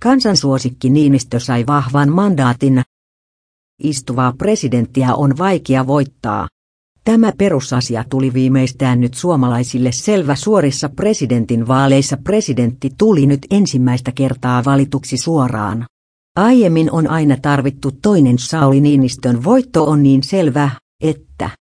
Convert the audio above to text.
Kansansuosikki Niinistö sai vahvan mandaatin. Istuvaa presidenttiä on vaikea voittaa. Tämä perusasia tuli viimeistään nyt suomalaisille selvä suorissa presidentinvaaleissa. Presidentti tuli nyt ensimmäistä kertaa valituksi suoraan. Aiemmin on aina tarvittu toinen. Sauli Niinistön voitto on niin selvä, että